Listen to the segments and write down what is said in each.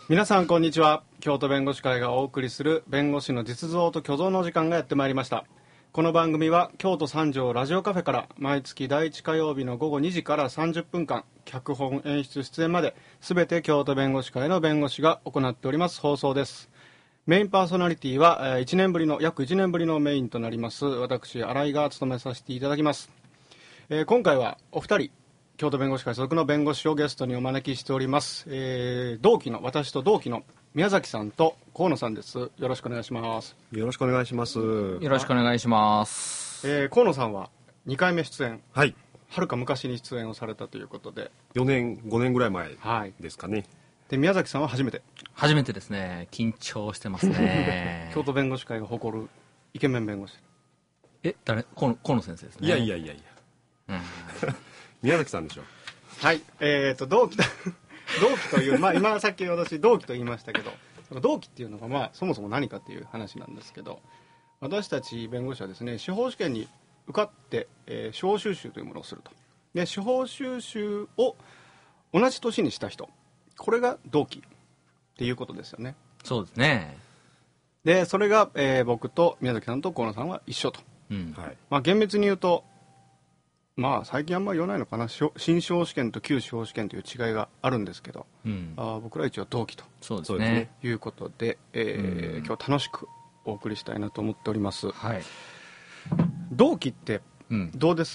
皆さんこんにちは。京都弁護士会がお送りする弁護士の実像と虚像の時間がやってまいりました。この番組は京都三条ラジオカフェから毎月第1火曜日の午後2時から30分間、脚本演出出演まで全て京都弁護士会の弁護士が行っております放送です。メインパーソナリティは約1年ぶりのメインとなります私新井が務めさせていただきます。今回はお二人京都弁護士会所属の弁護士をゲストにお招きしております。私と同期の宮崎さんと河野さんです。よろしくお願いします。 よろしくお願いします。 よろしくお願いします。 河野さんは2回目出演、 はい、 はるか昔に出演をされたということで 4年5年ぐらい前ですかね、はい、 で宮崎さんは初めてですね。緊張してますね京都弁護士会が誇るイケメン弁護士。 河野先生ですね。 いや、うん、宮崎さんでしょ。 はい、同期という、今さっき私同期と言いましたけど、その同期っていうのがそもそも何かっていう話なんですけど、私たち弁護士はですね、司法試験に受かって、司法修習というものをすると。で司法修習を同じ年にした人、これが同期っていうことですよね。 そうですね。 でそれが、僕と宮崎さんと河野さんは一緒と、はい、厳密に言うと最近あんまり言わないのかな、新司法試験と旧司法試験という違いがあるんですけど、僕ら一応同期とそうですね、 いうことで、今日楽しくお送りしたいなと思っております。はい、同期ってどうです？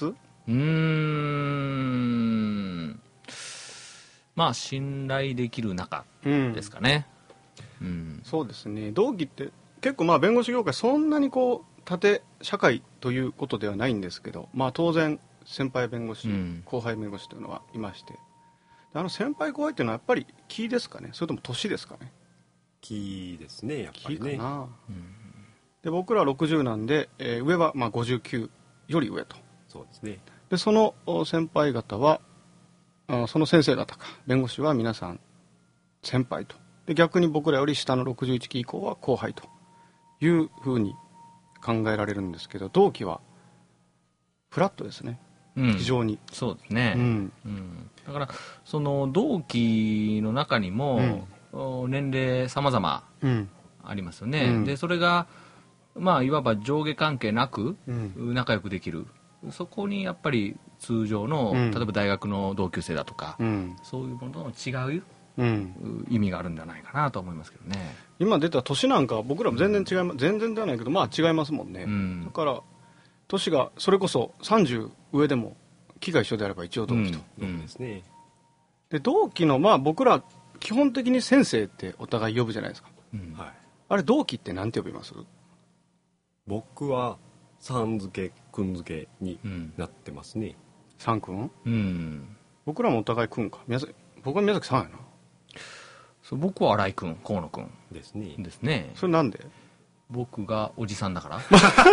信頼できる仲ですかね。 そうですね。同期って結構弁護士業界そんなに縦社会ということではないんですけど、当然先輩弁護士、後輩弁護士というのはいまして、先輩後輩っていうのはやっぱり気ですかね、それとも年ですかね。 気ですね、やっぱりね。 気かな。で僕らは60なんで、上は59より上と。 そうですね。 でその先輩方はその先生方か弁護士は皆さん先輩と。で逆に僕らより下の61期以降は後輩というふうに考えられるんですけど、同期はフラットですね。非常にそうですね、だからその同期の中にも、年齢様々ありますよね、でそれがいわば上下関係なく仲良くできる、そこにやっぱり通常の、例えば大学の同級生だとか、そういうものとの違う意味があるんじゃないかなと思いますけどね。 今出た年なんか僕らも全然違います、全然ではないけど違いますもんね、だから年がそれこそ30上でも期が一緒であれば一応同期と、 ですね。 で同期の僕ら基本的に先生ってお互い呼ぶじゃないですか、あれ同期って何て呼びます？ 僕はさん付けくん付けになってますね。 さんくん、僕らもお互いくんか。僕は宮崎さんやな。 僕は新井くん、河野くんですね。 それなんで？ 僕がおじさんだから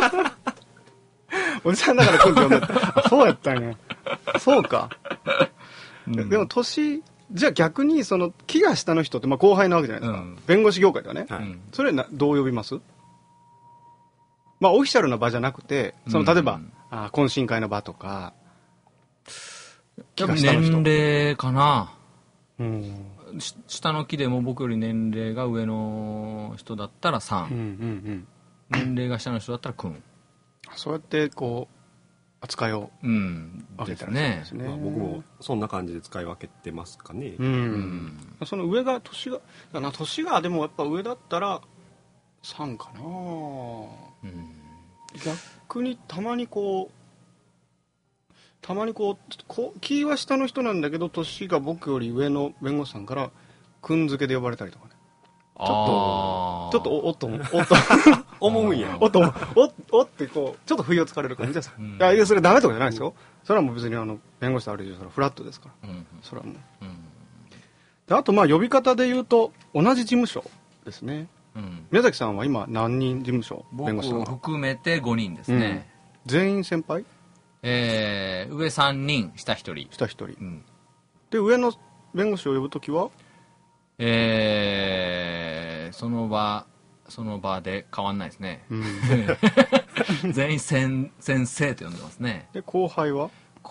おじさんだからくんって呼んでたそうやったんや。そうか、でも年じゃあ逆にその気が下の人って後輩なわけじゃないですか、弁護士業界ではね、それどう呼びます？オフィシャルな場じゃなくて、例えば懇親会の場とか。 気が下の人、年齢かな、下の期でも僕より年齢が上の人だったらさん、年齢が下の人だったらくん。 そうやって扱いを分けたらですね。 僕もそんな感じで使い分けてますかね。 その上が年がでもやっぱ上だったら3かな、逆にたまに気は下の人なんだけど年が僕より上の弁護士さんからくん付けで呼ばれたりとかね。ちょっとおっと思うんや。 おってちょっと不意をつかれる感じです。いやそれダメとかじゃないですよ。それはもう別に弁護士とある以上それはフラットですから、それはもう、であと呼び方で言うと同じ事務所ですね。宮崎さんは今何人事務所弁護士さんが？ 僕含めて5人ですね。 全員先輩？ 上3人下1人下1人、で上の弁護士を呼ぶときはその場で変わんないですね、全員先生と呼んでますね。 で後輩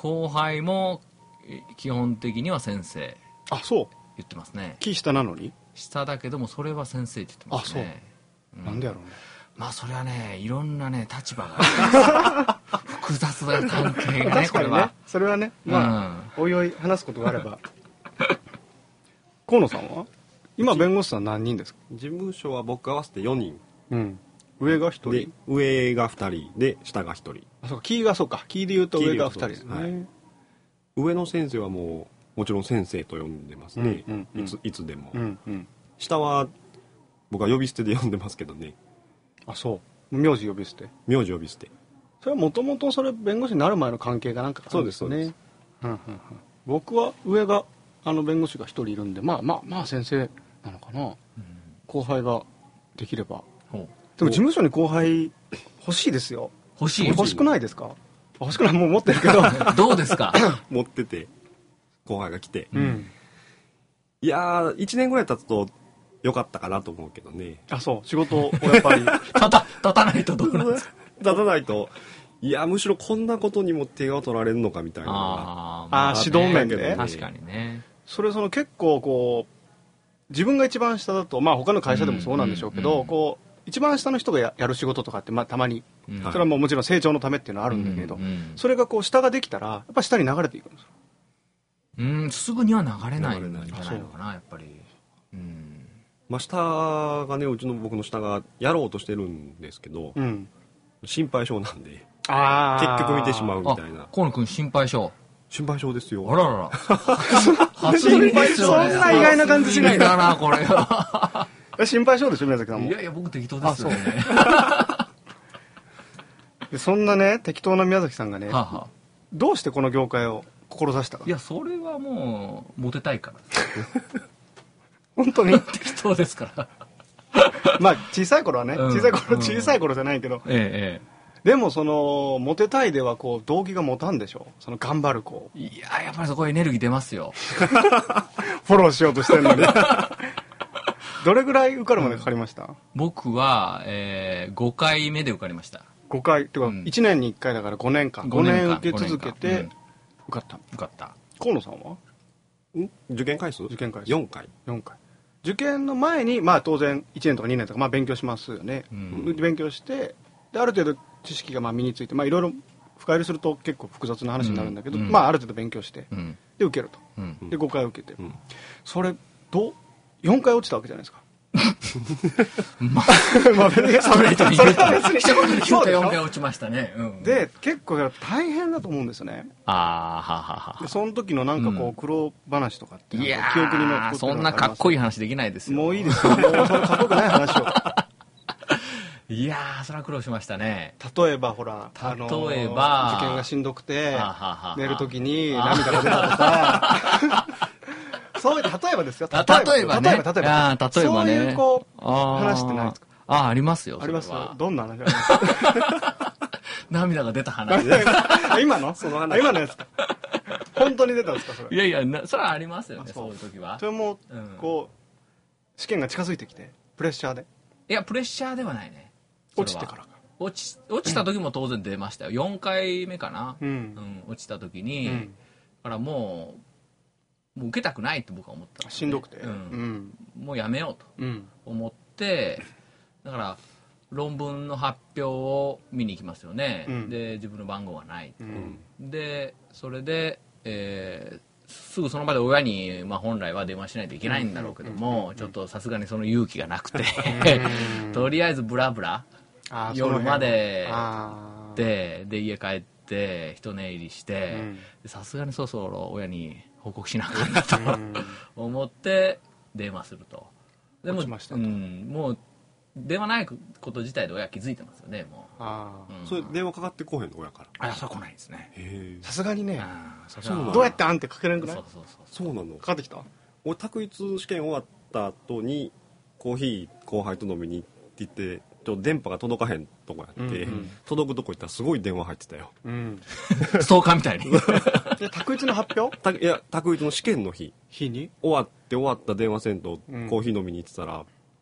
も基本的には先生そう言ってますね。 気下なのに下だけどもそれは先生って言ってますね。 あ、そう、なんでやろうね。 まあそれはねいろんなね立場が複雑な関係がね確かにね、それはね、まあ、おいおい話すことがあれば。河野さんは今弁護士さん何人ですか？ 事務所は僕合わせて4人。 うん。上が1人で上が2人で下が1人。 あ、そうか、キーで言うと上が2人ですね。はい、 上の先生はもちろん先生と呼んでますね。いつでも、下は僕は呼び捨てで呼んでますけどね。 あ、そう。名字呼び捨て。 名字呼び捨て。 それはもともとそれ弁護士になる前の関係がなんかあるんですよね。そうですそうです。僕は上が弁護士が1人いるんで、まあ先生なのかな。後輩ができれば。でも事務所に後輩欲しいですよ。欲しくないですか？欲しくない、もう持ってるけど。 どうですか？ 持ってて後輩が来て、いやー1年ぐらい経つとよかったかなと思うけどね。 あ、そう、仕事をやっぱり立たないとどうなんですか？ 立たないと、いやむしろこんなことにも手が取られるのかみたいなのが、 指導面でね。 確かにね。 それ結構こう自分が一番下だと、まあ他の会社でもそうなんでしょうけど、こう一番下の人がやる仕事とかって、まあ、たまに、それはもちろん成長のためっていうのはあるんだけど、それがこう下ができたらやっぱ下に流れていくんですよ。 すぐには流れないんじゃないのかな、やっぱり。 まあ下がね、僕の下がやろうとしてるんですけど、心配性なんで結局見てしまうみたいな。 河野君心配性ですよ。 あららら。初耳ですよね。 そんな意外な感じしないだな、これは。 心配性でしょ、宮崎さんも。 いや僕適当ですよね。 そんなね適当な宮崎さんがね、どうしてこの業界を志したか。 いやそれはもうモテたいから。 本当に適当ですから。 まあ小さい頃はね、小さい頃じゃないけど、でもモテたいではこう動機が持たんでしょ。頑張るこう。 いややっぱりそこエネルギー出ますよ。 フォローしようとしてるのに。どれぐらい受かるまでかかりました？僕は、5回目で受かりました。 5回っていうか、1年に1回だから5年間。5年受け続けて受かった。河野さんは受験回数4回。 受験の前に、まあ当然1年とか2年とか、まあ勉強しますよね。勉強して、である程度知識がまあ身について、まあいろいろ深入りすると結構複雑な話になるんだけど、まあある程度勉強して、で受けると。で5回受けて。それ、4回落ちたわけじゃないですか。 まあ別にそれは別に4回落ちましたね。 で結構大変だと思うんですよね。でその時のなんかこう苦労話とかって記憶に残ってる。 そんなかっこいい話できないですよ。 もういいですよ。もうそのかっこよくない話を。 いやーそれは苦労しましたね。 例えばほら、受験がしんどくて寝る時に涙が出たとか。そういう例えばですよ。 例えばね。 そういうこう話ってないですか？ ありますよ。 あります。どんな話ありますか？ 涙が出た話。 今のやつか。本当に出たんですかそれ？ いやそれはありますよね。そういう時は。 それもこう試験が近づいてきてプレッシャーで。 いやプレッシャーではないね。 落ちてからか。 落ちた時も当然出ましたよ。4回目かな。落ちた時にだからもう受けたくないって僕は思った、 しんどくて、 もうやめようと思って、だから論文の発表を見に行きますよね。で自分の番号がない、でそれで、すぐその場で親に、まあ、本来は電話しないといけないんだろうけども、ちょっとさすがにその勇気がなくてとりあえずブラブラ夜までで家帰って一寝入りしてさすがにそろそろ親に報告しなあかんなと思って電話すると。でももう電話ないこと自体で親気づいてますよね。もうそれ電話かかってこうへんの親から。それ来ないですね。 さすがにね。どうやってあんってかけれんくない？ そうなの。 かかってきた？ 俺択一試験終わった後にコーヒー後輩と飲みに行って行ってちょっと電波が届かへんとこやって、届くとこ行ったらすごい電話入ってたよ。 ストーカーみたいに。 択一の発表？ いや択一の試験の日に終わった電話せんとコーヒー飲みに行ってたら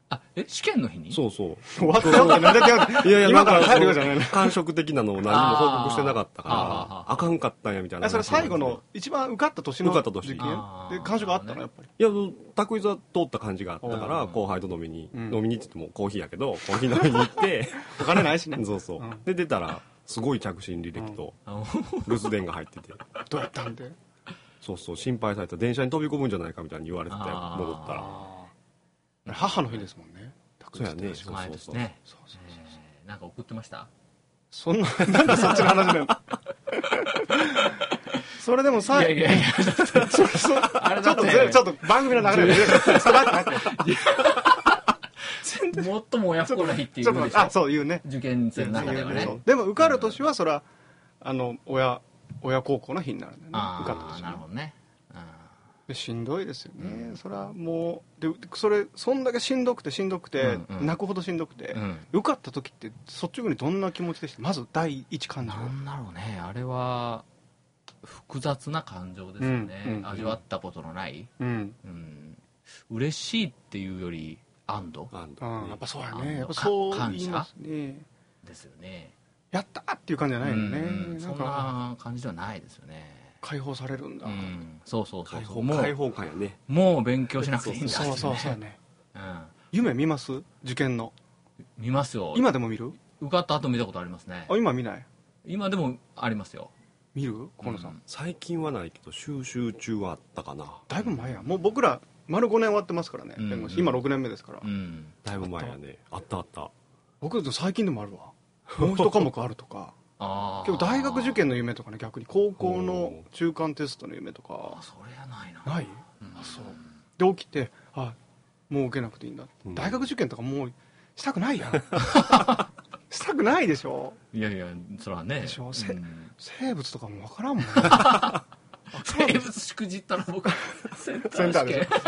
試験の日に？ そうそう。 終わったよってなんでいやいや、 今から帰るよじゃないの。 感触的なのを何も報告してなかったからあかんかったんやみたいな。 それ最後の一番受かった年の受かった年受験で感触あったのやっぱり。 いや、卓出は通った感じがあったから後輩と飲みに行って言ってもコーヒーやけどコーヒー飲みに行ってお金ないしね。 そうそう。で出たらすごい着信履歴と留守電が入ってて、 どうやったんで。 そうそう、心配された。電車に飛び込むんじゃないかみたいに言われてたよ、戻ったら。 母の日ですもんね。 そうやね。そう前ですね。なんか送ってました？ そんな、なんでそっちの話なの。それでもさ、 いやちょっと番組の流れで下がって最も親不孝な日っていうでしょ。 あ、そう言うね。 受験生の中ではね。 でも受かる年はそれは親孝行の日になるんだよね。受かった年。 なるほどね。 しんどいですよね。それはもうでそんだけしんどくて泣くほどしんどくて受かった時って率直にどんな気持ちでした？まず第一感情。 なんだろうね。あれは複雑な感情ですよね。味わったことのない。嬉しいっていうより安堵。 やっぱそうやね。やっぱそう言いますね。 ですよね。 やったーっていう感じじゃないよね。 そんな感じではないですよね。 解放されるんだ。 そう解放感やね。 もう勉強しなくていいんだ。 そうね。夢見ます？受験の。 見ますよ。 今でも見る？ 受かった後見たことありますね。 今見ない？ 今でもありますよ。 見る？河野さん。 最近はないけど修習中はあったかな。 だいぶ前や。もう僕ら丸5年終わってますからね。弁護士今6年目ですから。 だいぶ前やね。あった。 僕最近でもあるわ。もう一科目あるとか。結構大学受験の夢とかね、逆に高校の中間テストの夢とか。 それはないな。 ない？そうで起きて、もう受けなくていいんだ。大学受験とかもうしたくないやん。したくないでしょ。 いやそれはね。 でしょ。生物とかも分からんもん。 生物しくじったら僕センターでしょ。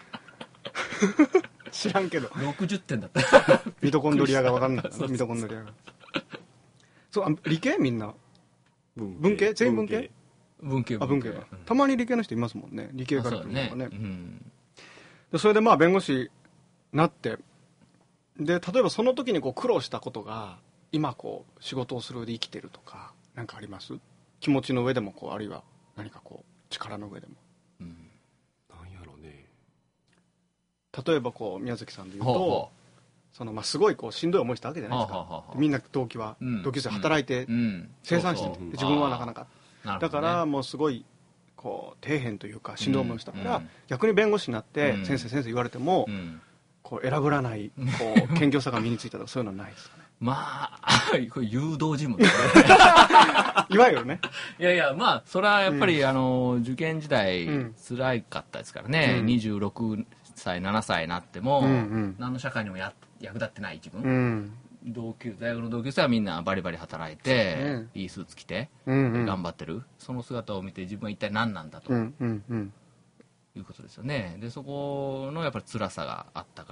知らんけど 60点だった。 ミトコンドリアが分かんない。ミトコンドリアが。そう理系みんな文系？全員文系？文系たまに理系の人いますもんね。理系から来るのがね。それで弁護士なってで、例えばその時に苦労したことが今仕事をする上で生きてるとか何かあります？気持ちの上でもあるいは何か力の上でも。 なんやろうね。 例えば宮崎さんで言うとすごいしんどい思いしたわけじゃないですか。みんな同期生働いて生産して自分はなかなか。だからもうすごい底辺というかしんどい思いしたから逆に弁護士になって先生言われても選ぶらない謙虚さが身についたとかそういうのはないですかね。 これ誘導尋問いわゆるね。 いやそれはやっぱり受験時代辛かったですからね。26歳7歳になっても何の社会にも役立ってない自分。大学の同級生はみんなバリバリ働いていいスーツ着て頑張ってるその姿を見て自分は一体何なんだということですよね。でそこのやっぱり辛さがあったから、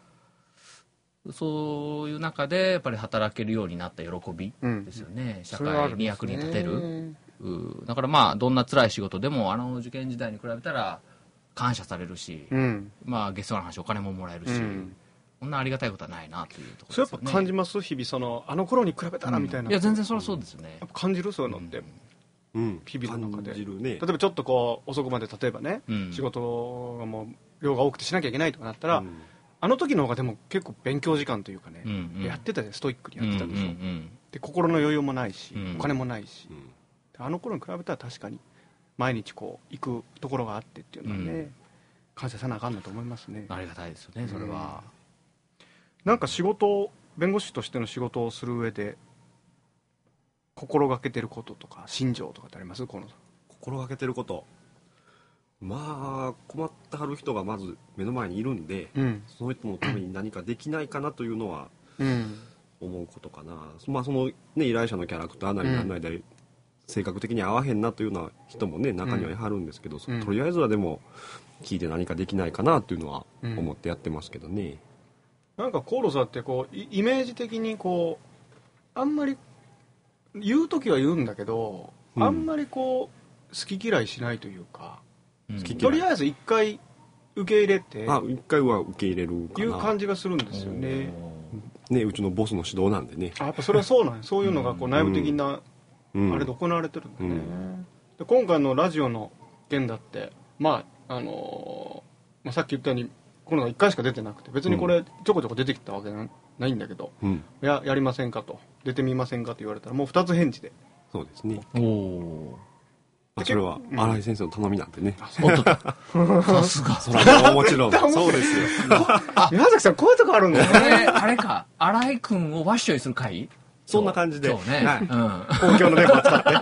そういう中でやっぱり働けるようになった喜びですよね。社会に役に立てる。だからどんな辛い仕事でも受験時代に比べたら感謝されるし、下世話な話お金ももらえるし、こんなありがたいことはないなというところですよね。 それやっぱ感じます？日々あの頃に比べたらみたいな。 いや全然それはそうですよね。 やっぱ感じる？そういうのって。日々の中で。 感じるね。 例えばちょっと遅くまで例えばね、仕事がもう量が多くてしなきゃいけないとかなったら、あの時の方がでも結構勉強時間というかね、やってたじゃん。ストイックにやってたでしょ。で心の余裕もないし、お金もないし、あの頃に比べたら確かに毎日行くところがあってっていうのはね、感謝さなあかんなと思いますね。 ありがたいですよねそれは。 なんか弁護士としての仕事をする上で心がけてることとか心情とかってあります？河野さん。 心がけてること、困ってはる人がまず目の前にいるんで、その人のために何かできないかなというのは思うことかな。依頼者のキャラクターなりなんなりで性格的に合わへんなというような人もね中にはいはるんですけど、とりあえずはでも聞いて何かできないかなというのは思ってやってますけどね。 なんか河野さんってイメージ的にあんまり言う時は言うんだけど、あんまり好き嫌いしないというか、とりあえず一回受け入れて一回は受け入れるかないう感じがするんですよね。 ね、うちのボスの指導なんでね。 やっぱそれはそうなんそういうのがこう内部的なあれで行われてるんだね。で今回のラジオの件だってまあさっき言ったようにこの1回しか出てなくて別にこれちょこちょこ出てきたわけないんだけど、やりませんかと出てみませんかと言われたらもう2つ返事で。 そうですね。 それは新井先生の頼みなんでね。 おっとさすが。 それはもちろんそうですよ。 宮崎さんこういうとこあるんだね。あれか新井君をワッショイする会？ そんな感じで。 そうね。 公共の電波を使って。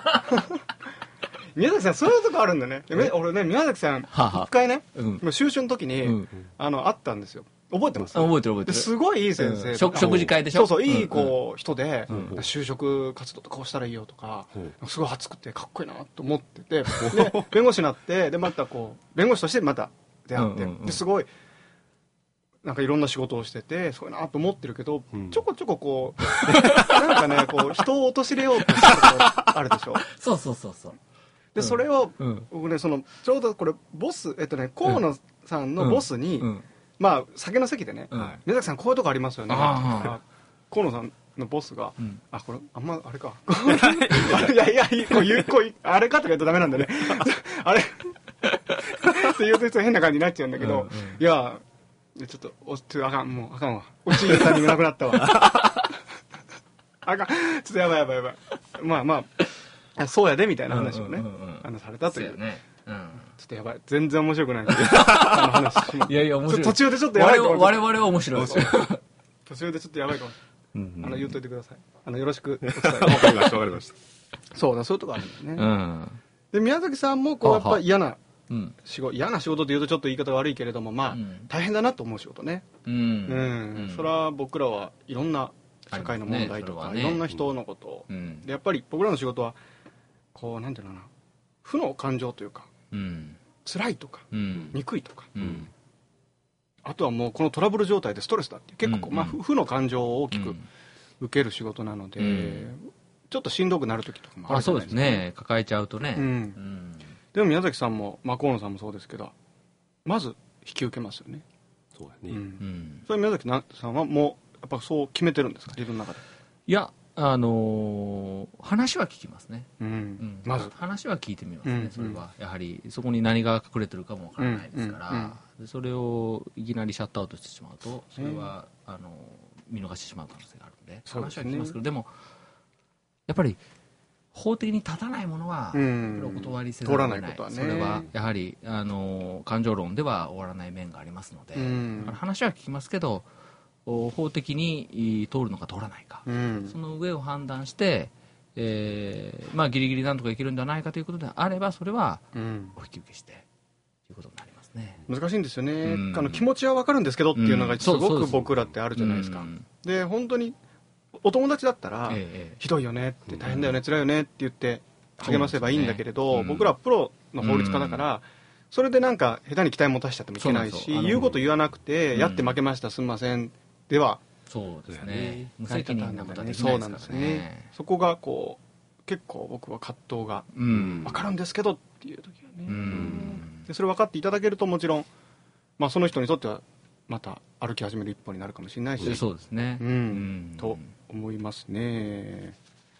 宮崎さんそういうとこあるんだね。俺ね宮崎さん一回ね修習の時に会ったんですよ。覚えてます？ 覚えてる。 すごいいい先生。 食事会でしょ？ そういい人で就職活動とかこうしたらいいよとかすごい熱くてかっこいいなと思ってて、で弁護士になってでまたこう弁護士としてまた出会ってですごいなんかいろんな仕事をしててすごいなと思ってるけどちょこちょここうなんかねこう人を陥れようとすることあるでしょ。 そう。 でそれを僕ねちょうどこれボス河野さんのボスにまあ酒の席でね宮崎さんこういうとこありますよね。河野さんのボスがこれあんまあれかいやこうあれかとか言うとダメなんだねあれって言うと変な感じになっちゃうんだけどいやちょっとあかんもうあかんわうち入れたになくなったわあかんちょっとやばいまあそうやでみたいな話をねされたというちょっとやばい全然面白くない話いや面白い途中でちょっとやばいかも我々は面白い途中でちょっとやばいかも言っといてくださいよろしくお伝えわかりましたそういうとこあるんだねで宮崎さんもこうやっぱ嫌な仕事っていうとちょっと言い方悪いけれどもまあ大変だなと思う仕事ねそれは僕らはいろんな社会の問題とかいろんな人のことをでやっぱり僕らの仕事はこうなんていうのかな負の感情というか辛いとか憎いとかあとはもうこのトラブル状態でストレスだって結構負の感情を大きく受ける仕事なのでちょっとしんどくなる時とかもあるじゃないですか。 そうですね抱えちゃうとねでも宮崎さんも河野さんもそうですけどまず引き受けますよね。 そうだねそれ宮崎さんはもうやっぱそう決めてるんですか自分の中で。 いや話は聞きますねまず話は聞いてみますねそれはやはりそこに何が隠れてるかもわからないですからそれをいきなりシャットアウトしてしまうとそれは見逃してしまう可能性があるので話は聞きますけどでもやっぱり法的に立たないものはお断りせざるを得ないそれはやはり感情論では終わらない面がありますので話は聞きますけど法的に通るのか通らないかその上を判断してギリギリなんとかいけるんじゃないかということであればそれはお引き受けしてということになりますね。 難しいんですよね気持ちは分かるんですけどっていうのがすごく僕らってあるじゃないですか。で本当にお友達だったらひどいよねって大変だよね辛いよねって言って励ませばいいんだけれど僕らはプロの法律家だからそれでなんか下手に期待持たせちゃってもいけないし言うこと言わなくてやって負けましたすんませんではそうですね無責任なことはできそうなんですね。そこがこう結構僕は葛藤が分かるんですけどっていう時はねでそれ分かっていただけるともちろんその人にとってはまた歩き始める一歩になるかもしれないしそうですねと思いますね。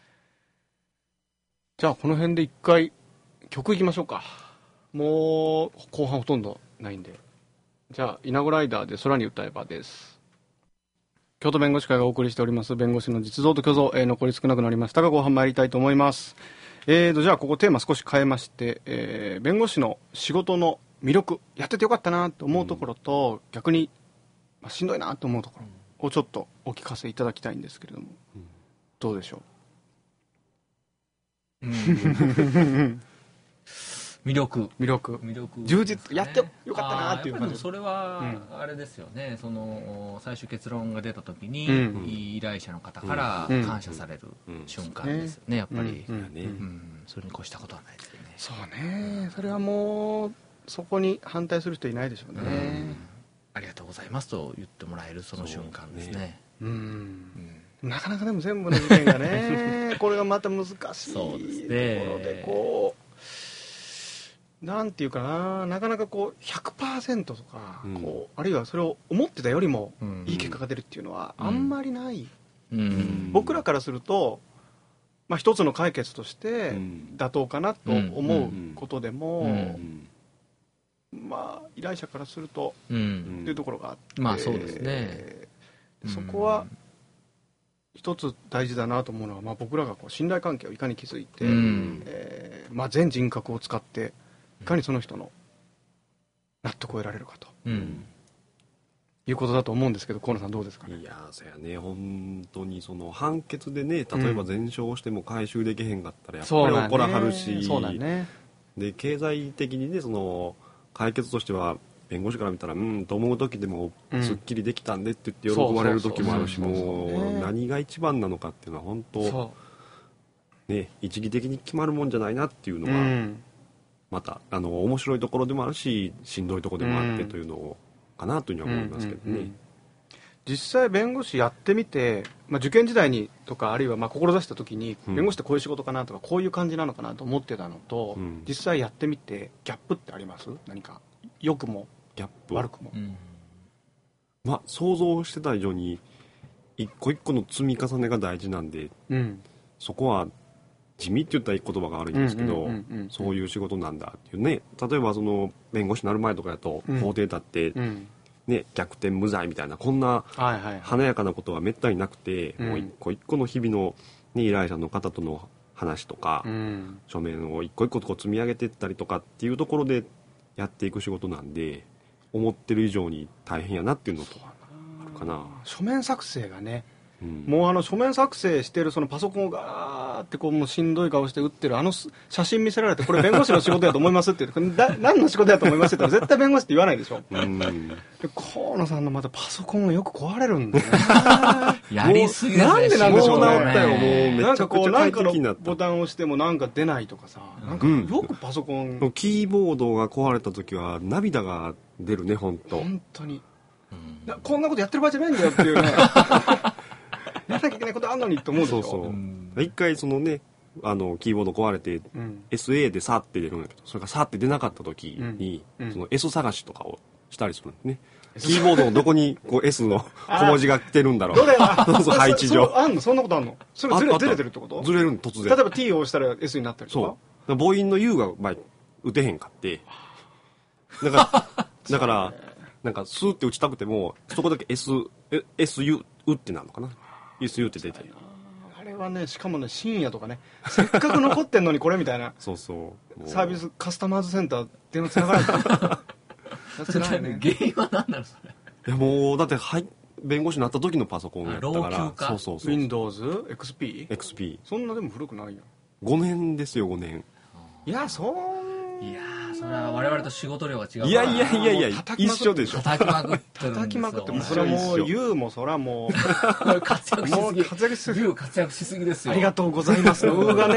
じゃあこの辺で一回曲いきましょうか。もう後半ほとんどないんでじゃあイナゴライダーで空に歌えばです。京都弁護士会がお送りしております弁護士の実像と虚像、残り少なくなりましたが後半参りたいと思います。じゃあここテーマ少し変えまして、弁護士の仕事の魅力やっててよかったなと思うところと、逆に、しんどいなと思うところをちょっとお聞かせいただきたいんですけれども、どうでしょう。 魅力充実やってよかったなっていう感じ。 それはあれですよねその最終結論が出た時に依頼者の方から感謝される瞬間ですよねやっぱりそれに越したことはないですよね。 そうねそれはもうそこに反対する人いないでしょうね。 ありがとうございますと言ってもらえるその瞬間ですね。 なかなかでも全部の事件がねこれがまた難しいところでこうなんていうかな、なかなかこう 100% とか、こうあるいはそれを思ってたよりもいい結果が出るっていうのはあんまりない、僕らからすると、まあ、一つの解決として妥当かなと思うことでも、まあ依頼者からするとっていうところがあって、 まあそうですね、 そこは一つ大事だなと思うのは、まあ、僕らがこう信頼関係をいかに築いて、まあ、全人格を使っていかにその人の納得を得られるかと、いうことだと思うんですけど、河野さんどうですかね。 いやそやね、本当にその判決でね、例えば全勝しても回収できへんかったらやっぱり怒らはるし、で経済的にねその解決としては弁護士から見たらと思う時でもすっきりできたんでって言って喜ばれる時もあるし、もう何が一番なのかっていうのは本当ね一義的に決まるもんじゃないなっていうのが、また面白いところでもあるししんどいところでもあってというのかなというふうには思いますけどね。 実際弁護士やってみて、まあ、受験時代にとかあるいはまあ志した時に弁護士ってこういう仕事かなとかこういう感じなのかなと思ってたのと、実際やってみてギャップってあります？何か良くもギャップ悪くも、 まあ想像してた以上に一個一個の積み重ねが大事なんで、そこは地味って言ったら言葉が悪いんですけど、そういう仕事なんだっていうね。例えばその弁護士になる前とかだと法廷立って、ね、逆転無罪みたいなこんな華やかなことはめったになくて、もう一個一個の日々の、ね、依頼者の方との話とか、書面を一個一個こう積み上げていったりとかっていうところでやっていく仕事なんで、思ってる以上に大変やなっていうのとあるかな。 書面作成がね、もう書面作成してるそのパソコンをガーってこうもうしんどい顔して打ってる写真見せられて、これ弁護士の仕事やと思いますって言って、何の仕事やと思いますって言ったら絶対弁護士って言わないでしょ。で河野さんのまたパソコンがよく壊れるんだよね。 やりすぎですね。 なんでなんでしょうね。 もう治ったよ、もうめちゃくちゃ快適になった。 ボタンを押してもなんか出ないとかさ、なんかよくパソコン、 キーボードが壊れた時は涙が出るね、本当に、こんなことやってる場合じゃないんだよっていうね。やらなきゃいけないことあんのにって思うでしょ。 そう一回そのねキーボード壊れて、SA でさって出るんだけど、それがさって出なかった時に、その S 探しとかをしたりするんですね。キーボードのどこにこう S の小文字が来てるんだろう。 どれそう配置上あんの、そんなことあんの？それずれてるってこと？ ずれるの突然。 例えば T を押したら S になったりとか。 そう。母音の U が打てへんかって。だからなんかスーって打ちたくてもそこだけ SU ってなるのかな。SU って出てる。 あれはね、しかもね深夜とかね、せっかく残ってんのにこれみたいな。 そうサービスカスタマーズセンター電話つながらない。 原因は何なのそれ。 いやもうだって弁護士になった時のパソコンやったから。 老朽化。 そう Windows XP そんなでも古くないよ。 5年ですよ、5年。 いやそれは我々と仕事量が違う。 いや一緒でしょ。 叩きまくってもそれはもう U もそれはもう活躍しすぎ。 U 活躍しすぎですよ。 ありがとうございますの U がね。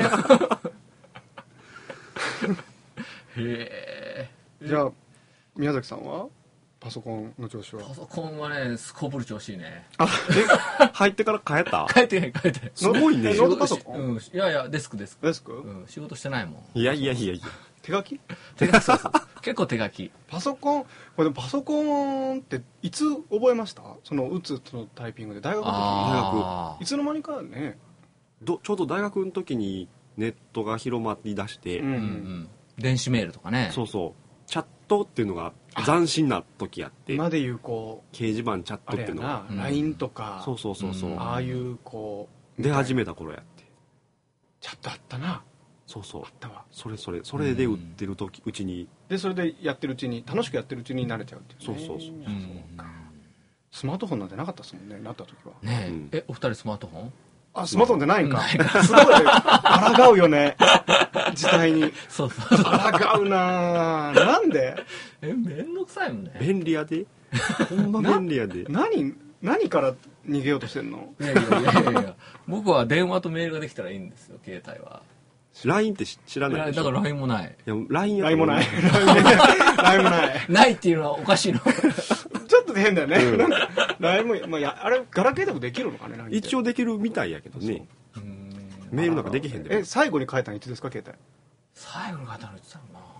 へえ。 じゃあ宮崎さんはパソコンの調子は？ パソコンはねすこぶる調子いいね。 入ってから変えた？ 変えてない。 すごいね。 ノートパソコン？ いやデスク、仕事してないもん。 いや手書きそう結構手書き。 パソコンっていつ覚えました？その打つそのタイピングで大学の時。いつの間にかね、 ちょうど大学の時にネットが広まりだして、 電子メールとかね。 そうチャットっていうのが斬新な時やって、 今でいうこう掲示板チャットっていうのが LINE とか、 そうああいうこう出始めた頃やって、 チャットあったな。 そうあったわ。 それで売ってるうちに、 でそれでやってるうちに楽しくやってるうちに慣れちゃうっていうね。そうスマートフォンなんてなかったですもんね、なった時はね。お二人スマートフォン？ スマートフォンってないんか。すごい抗うよね、時代に。 そう抗うな。なんで？ めんどくさいもんね。 便利やで。ほんま便利やで。 何から逃げようとしてんの？ いや僕は電話とメールができたらいいんですよ、携帯は。 LINE って知らないでしょ？ だから LINE もない。 いや LINE もない。LINE もない。 ないっていうのはおかしいの。 ちょっと変だよね。LINE も、あれガラケーでもできるのかね？ 一応できるみたいやけどね。メールなんかできへんで。 最後に変えたのいつですか、携帯？ 最後に変えたのいつだろうな。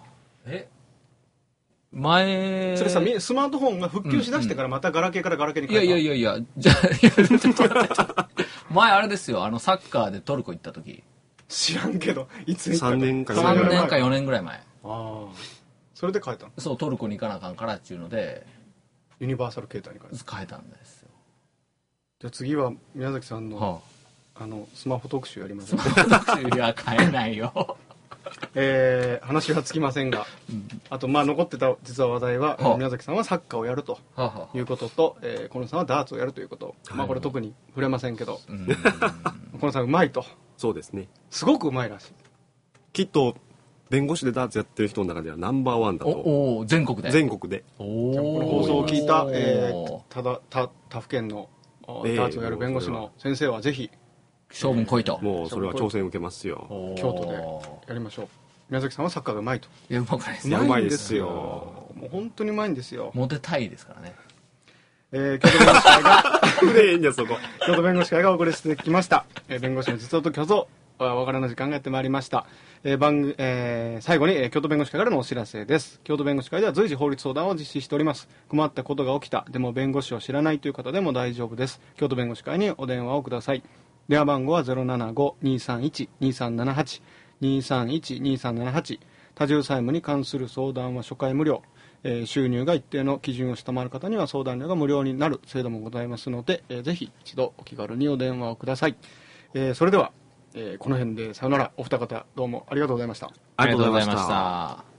前それさスマートフォンが復旧しだしてからまたガラケーからガラケーに変えた。 いやじゃあいやちょっと待って前あれですよサッカーでトルコ行った時知らんけどいつ行った 3年か 3年か4年ぐらい前。 ああそれで変えたの。 そうトルコに行かなあかんからっていうのでユニバーサル携帯に変えた。 変えたんですよ。 じゃあ次は宮崎さんの、 はスマホ特集やりますね。 いや変えないよ話はつきませんが、あと残ってた実は話題は、宮崎さんはサッカーをやるということと、小野さんはダーツをやるということ、これ特に触れませんけど、小野さんうまいと。 そうですね。 すごくうまいらしい。 きっと弁護士でダーツやってる人の中ではナンバーワンだと。 お全国で。 全国で。 この放送を聞いた、他府県のダーツをやる弁護士の先生はぜひ勝負に来いと。 もうそれは挑戦受けますよ。 京都でやりましょう。宮崎さんはサッカーがうまいと。 いやうまくないですよ。 うまいんですよ。もう本当にうまいんですよ。 モテたいですからね。 京都弁護士会がいいんだよそこ。 京都弁護士会がお送りしてきました。弁護士の実像と虚像お別れの時間がやってまいりました。最後に、京都弁護士会からのお知らせです。京都弁護士会では随時法律相談を実施しております。困ったことが起きた、でも弁護士を知らないという方でも大丈夫です。京都弁護士会にお電話をください。電話番号は 075-231-2378 231-2378。多重債務に関する相談は初回無料。収入が一定の基準を下回る方には相談料が無料になる制度もございますので、ぜひ一度お気軽にお電話をください。それではこの辺でさよなら。お二方どうもありがとうございました。 ありがとうございました。